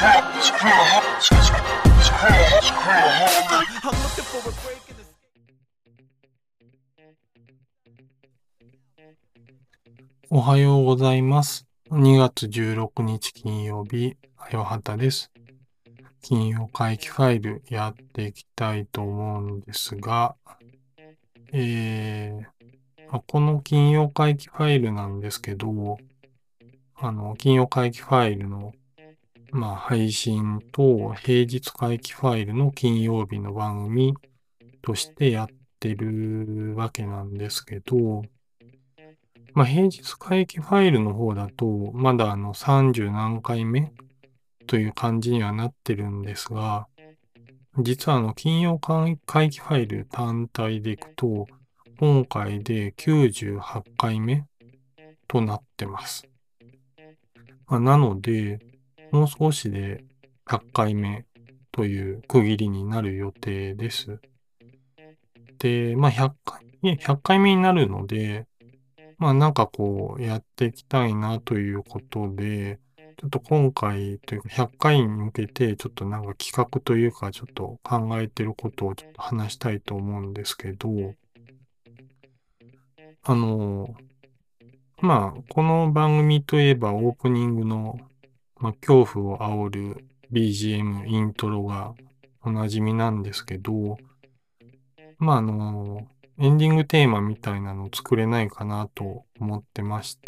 おはようございます。2月16日金曜日、あよはたです。金曜回帰ファイルやっていきたいと思うんですが、この金曜回帰ファイルなんですけど、金曜回帰ファイルの、配信と平日回帰ファイルの金曜日の番組としてやってるわけなんですけど、平日回帰ファイルの方だと、まだ30何回目という感じにはなってるんですが、実は金曜回帰ファイル単体でいくと、今回で98回目となってます。なので、もう少しで100回目という区切りになる予定です。で、100回目になるので、やっていきたいなということで、ちょっと今回というか100回に向けて、ちょっと企画というか、ちょっと考えてることをちょっと話したいと思うんですけど、あの、この番組といえばオープニングの、恐怖を煽る BGM、イントロがおなじみなんですけど、エンディングテーマみたいなのを作れないかなと思ってまして、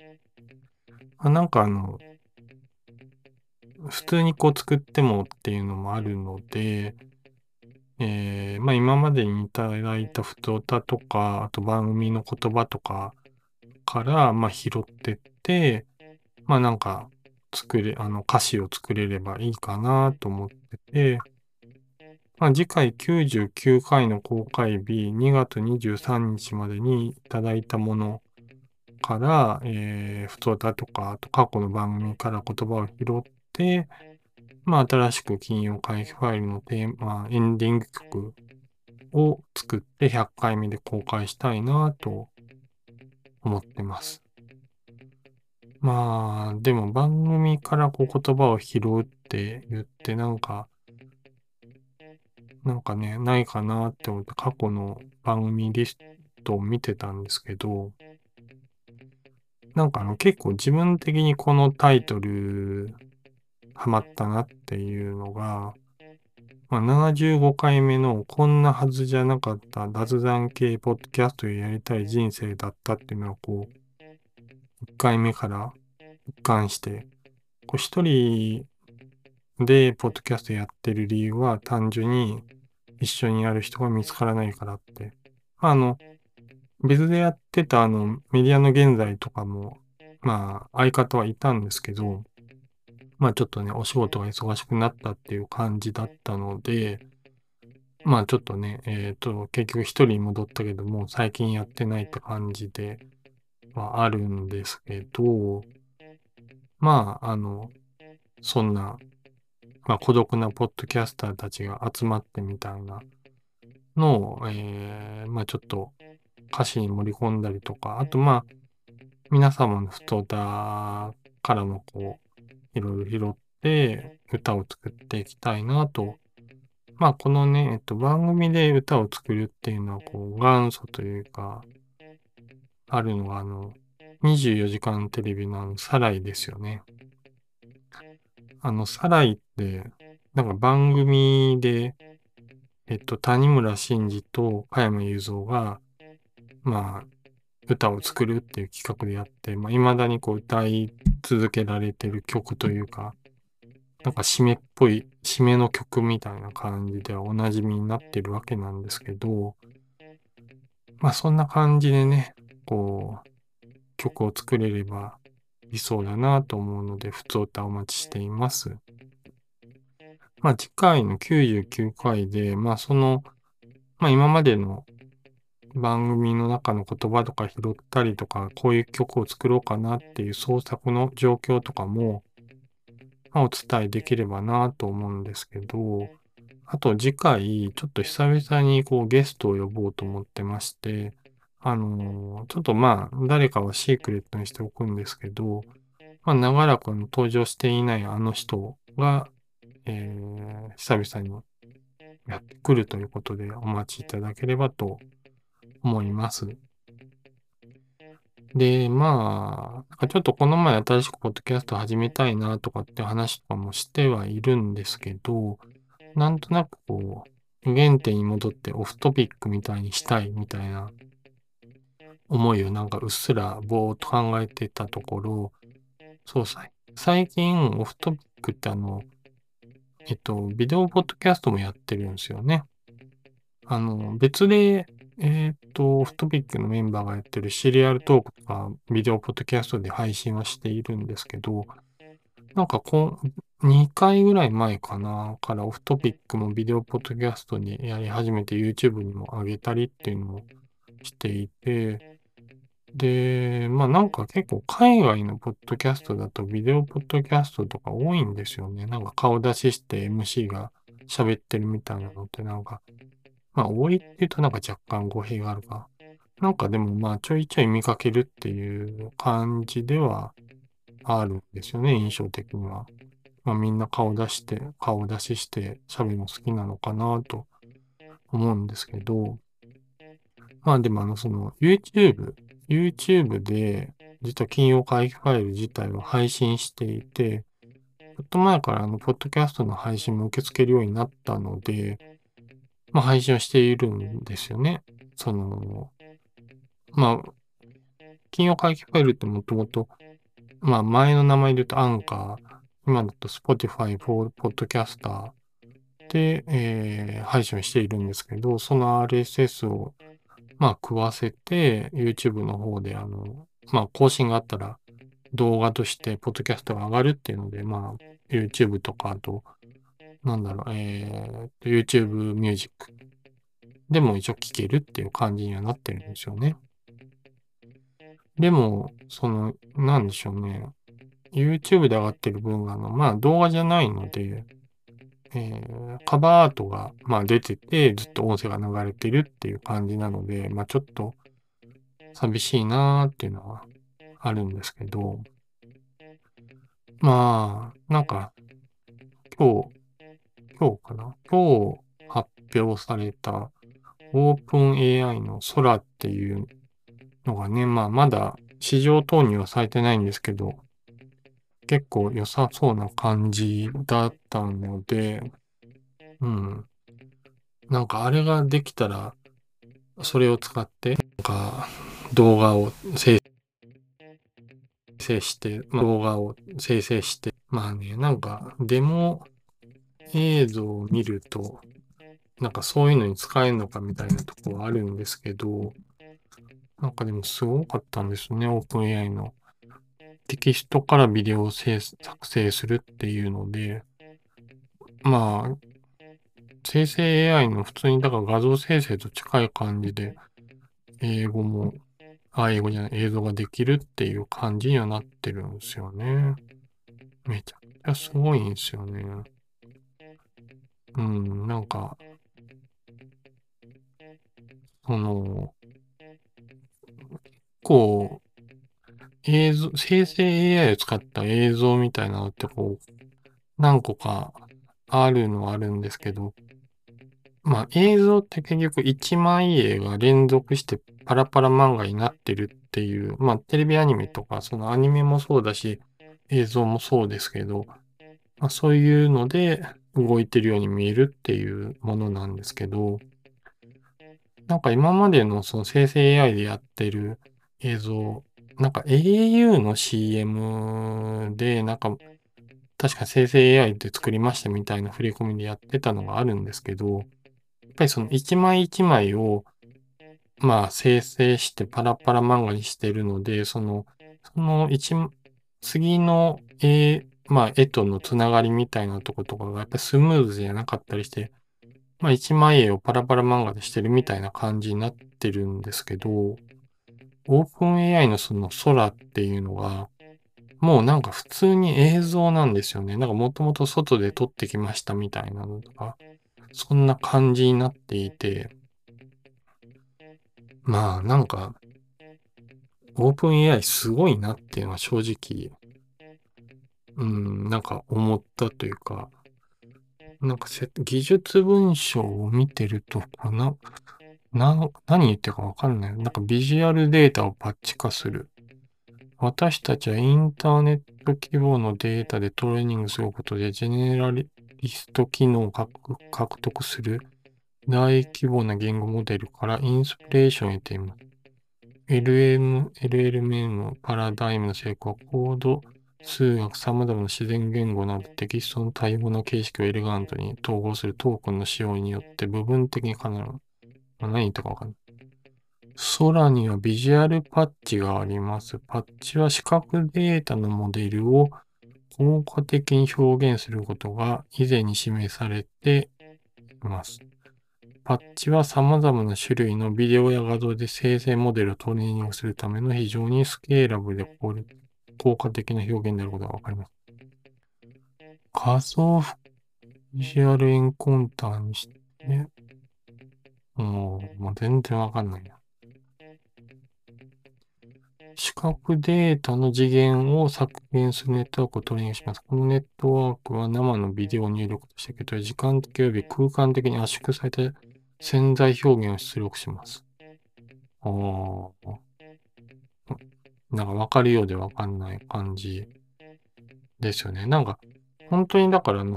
普通に作ってもっていうのもあるので、今までにいただいたふつおたとか、あと番組の言葉とかから、拾ってって、歌詞を作れればいいかなと思ってて、次回99回の公開日、2月23日までにいただいたものから、ふつおたとか、あと過去の番組から言葉を拾って、新しく金曜回帰ファイルのテーマ、エンディング曲を作って100回目で公開したいなと思ってます。でも番組から言葉を拾うって言ってないかなって思って過去の番組リストを見てたんですけど、結構自分的にこのタイトルハマったなっていうのが、75回目のこんなはずじゃなかった雑談系ポッドキャストをやりたい人生だったっていうのは1回目から一貫して、一人でポッドキャストやってる理由は単純に一緒にやる人が見つからないからって。別でやってたメディアの現在とかも、相方はいたんですけど、ちょっとね、お仕事が忙しくなったっていう感じだったので、ちょっとね、結局一人に戻ったけども、最近やってないって感じではあるんですけど、そんな、孤独なポッドキャスターたちが集まってみたいなのを、ちょっと歌詞に盛り込んだりとか、あと皆様の太歌からもいろいろ拾って歌を作っていきたいなと。このね、番組で歌を作るっていうのは、元祖というか、あるのが、24時間テレビのサライですよね。サライって、番組で、谷村新司と加山雄三が、歌を作るっていう企画でやって、未だに歌い続けられてる曲というか、締めっぽい、締めの曲みたいな感じではおなじみになってるわけなんですけど、そんな感じでね、曲を作れれば理想だなと思うので、普通歌お待ちしています。次回の99回で、今までの番組の中の言葉とか拾ったりとか、こういう曲を作ろうかなっていう創作の状況とかも、お伝えできればなと思うんですけど、あと次回、ちょっと久々にゲストを呼ぼうと思ってまして、ちょっと誰かはシークレットにしておくんですけど、長らく登場していないあの人が、久々にやってくるということでお待ちいただければと思います。で、まあ、ちょっとこの前新しくポッドキャスト始めたいなとかって話とかもしてはいるんですけど、なんとなく原点に戻ってオフトピックみたいにしたいみたいな思いをなんかうっすらぼーっと考えてたところ、そう最近オフトピックってビデオポッドキャストもやってるんですよね。別で、オフトピックのメンバーがやってるシリアルトークとかビデオポッドキャストで配信はしているんですけど、なんか2回ぐらい前かな、からオフトピックもビデオポッドキャストにやり始めて YouTube にも上げたりっていうのをしていて、で、まあなんか結構海外のポッドキャストだとビデオポッドキャストとか多いんですよね。なんか顔出しして MC が喋ってるみたいなのってなんか、まあ多いって言うとなんか若干語弊があるか。なんかでもまあちょいちょい見かけるっていう感じではあるんですよね、印象的には。まあみんな顔出しして喋るの好きなのかなと思うんですけど、まあでもYouTube で、実は金曜会議ファイル自体を配信していて、ちょっと前からポッドキャストの配信も受け付けるようになったので、まあ配信をしているんですよね。まあ、金曜会議ファイルってもともと、まあ前の名前で言うとアンカー、今だと Spotify for Podcaster で、配信をしているんですけど、その RSS をまあ、食わせて、YouTube の方で、まあ、更新があったら、動画として、ポッドキャストが上がるっていうので、まあ、YouTube とか、あと、なんだろう、YouTube ミュージックでも一応聴けるっていう感じにはなってるんですよね。でも、なんでしょうね。YouTube で上がってる分が、まあ、動画じゃないので、カバーアートが、まあ、出てて、ずっと音声が流れてるっていう感じなので、まあ、ちょっと寂しいなーっていうのはあるんですけど、まあ、なんか、今今日かな今日発表されたオープン AI の空っていうのがね、まあ、まだ市場投入はされてないんですけど、結構良さそうな感じだったので、うん。なんかあれができたら、それを使って、なんか動画を生成して、まあ、動画を生成して、まあね、なんかデモ映像を見ると、なんかそういうのに使えるのかみたいなところはあるんですけど、なんかでもすごかったんですね、オープン AI の。テキストからビデオを作成するっていうので、まあ、生成 AI の普通にだから画像生成と近い感じで、英語も、英語じゃない、映像ができるっていう感じにはなってるんですよね。めちゃくちゃすごいんですよね。うん、なんか、その、こう、生成 AI を使った映像みたいなのって何個かあるのはあるんですけど、まあ映像って結局一枚絵が連続してパラパラ漫画になってるっていう、まあテレビアニメとかそのアニメもそうだし、映像もそうですけど、まあそういうので動いてるように見えるっていうものなんですけど、なんか今までのその生成 AI でやってる映像、なんか au の CM で、なんか確か生成 AI で作りましたみたいな振り込みでやってたのがあるんですけど、やっぱりその一枚一枚をまあ生成してパラパラ漫画にしてるので、その次のまあ絵とのつながりみたいなとことかがやっぱりスムーズじゃなかったりして、まあ一枚絵をパラパラ漫画でしてるみたいな感じになってるんですけど、オープン AI のその空っていうのが、もうなんか普通に映像なんですよね。なんかもともと外で撮ってきましたみたいなのとか、そんな感じになっていて、まあなんか、オープン AI すごいなっていうのは正直なんか思ったというか、なんか技術文章を見てると、何言ってるかわかんない。なんかビジュアルデータをパッチ化する。私たちはインターネット規模のデータでトレーニングすることで、ジェネラリスト機能を獲得する大規模な言語モデルからインスピレーションを得ています。LLM のパラダイムの成功はコード、数学、様々な自然言語などテキストの多様な形式をエレガントに統合するトークンの使用によって部分的に可能な。何言ったかわかんない。空にはビジュアルパッチがあります。パッチは視覚データのモデルを効果的に表現することが以前に示されています。パッチは様々な種類のビデオや画像で生成モデルをトレーニングするための非常にスケーラブルで効果的な表現であることがわかります。画像ビジュアルエンコンターにして、もう全然わかんないな。視覚データの次元を削減するネットワークをトレーニングします。このネットワークは生のビデオ入力として受け取り、時間的及び空間的に圧縮された潜在表現を出力します。なんかわかるようでわかんない感じですよね。なんか、本当にだから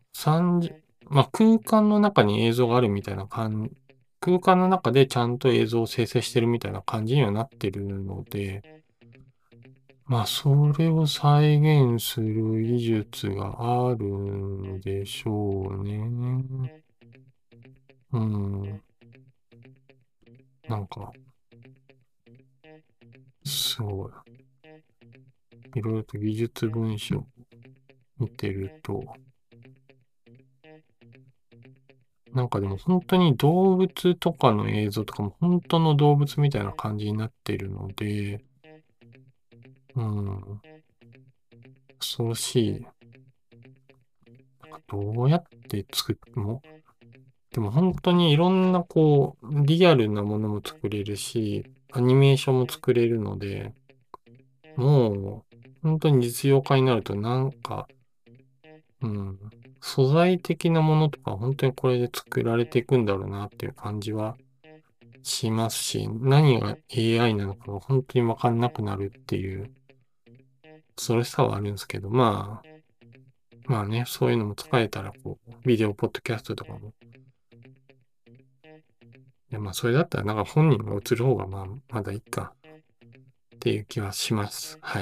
空間の中に映像があるみたいな空間の中でちゃんと映像を生成してるみたいな感じにはなってるので、それを再現する技術があるんでしょうね。なんか、すごい。いろいろと技術文書見てると、なんかでも本当に動物とかの映像とかも本当の動物みたいな感じになってるので、恐ろしい。どうやって作っても、でも本当にいろんなリアルなものも作れるし、アニメーションも作れるので、もう本当に実用化になるとなんか、素材的なものとか本当にこれで作られていくんだろうなっていう感じはしますし、何が AI なのかが本当にわかんなくなるっていう恐ろしさはあるんですけど、まあね、そういうのも使えたら、ビデオ、ポッドキャストとかも。それだったらなんか本人が映る方がまだいいかっていう気はします。はい。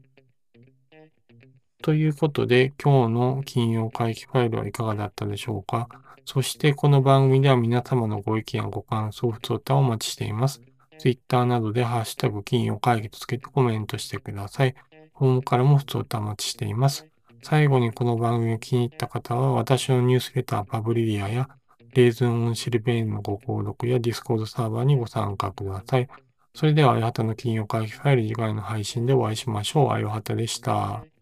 ということで、今日の金曜会議ファイルはいかがだったでしょうか。そしてこの番組では皆様のご意見やご感想、普通歌をお待ちしています。Twitter などでハッシュタグ金曜会議とつけてコメントしてください。ホームからも普通歌お待ちしています。最後にこの番組を気に入った方は、私のニュースレターパブリリアやレーズンオンシルベーンのご購読やディスコードサーバーにご参加ください。それでは、あやはたの金曜会議ファイル次回の配信でお会いしましょう。あやはたでした。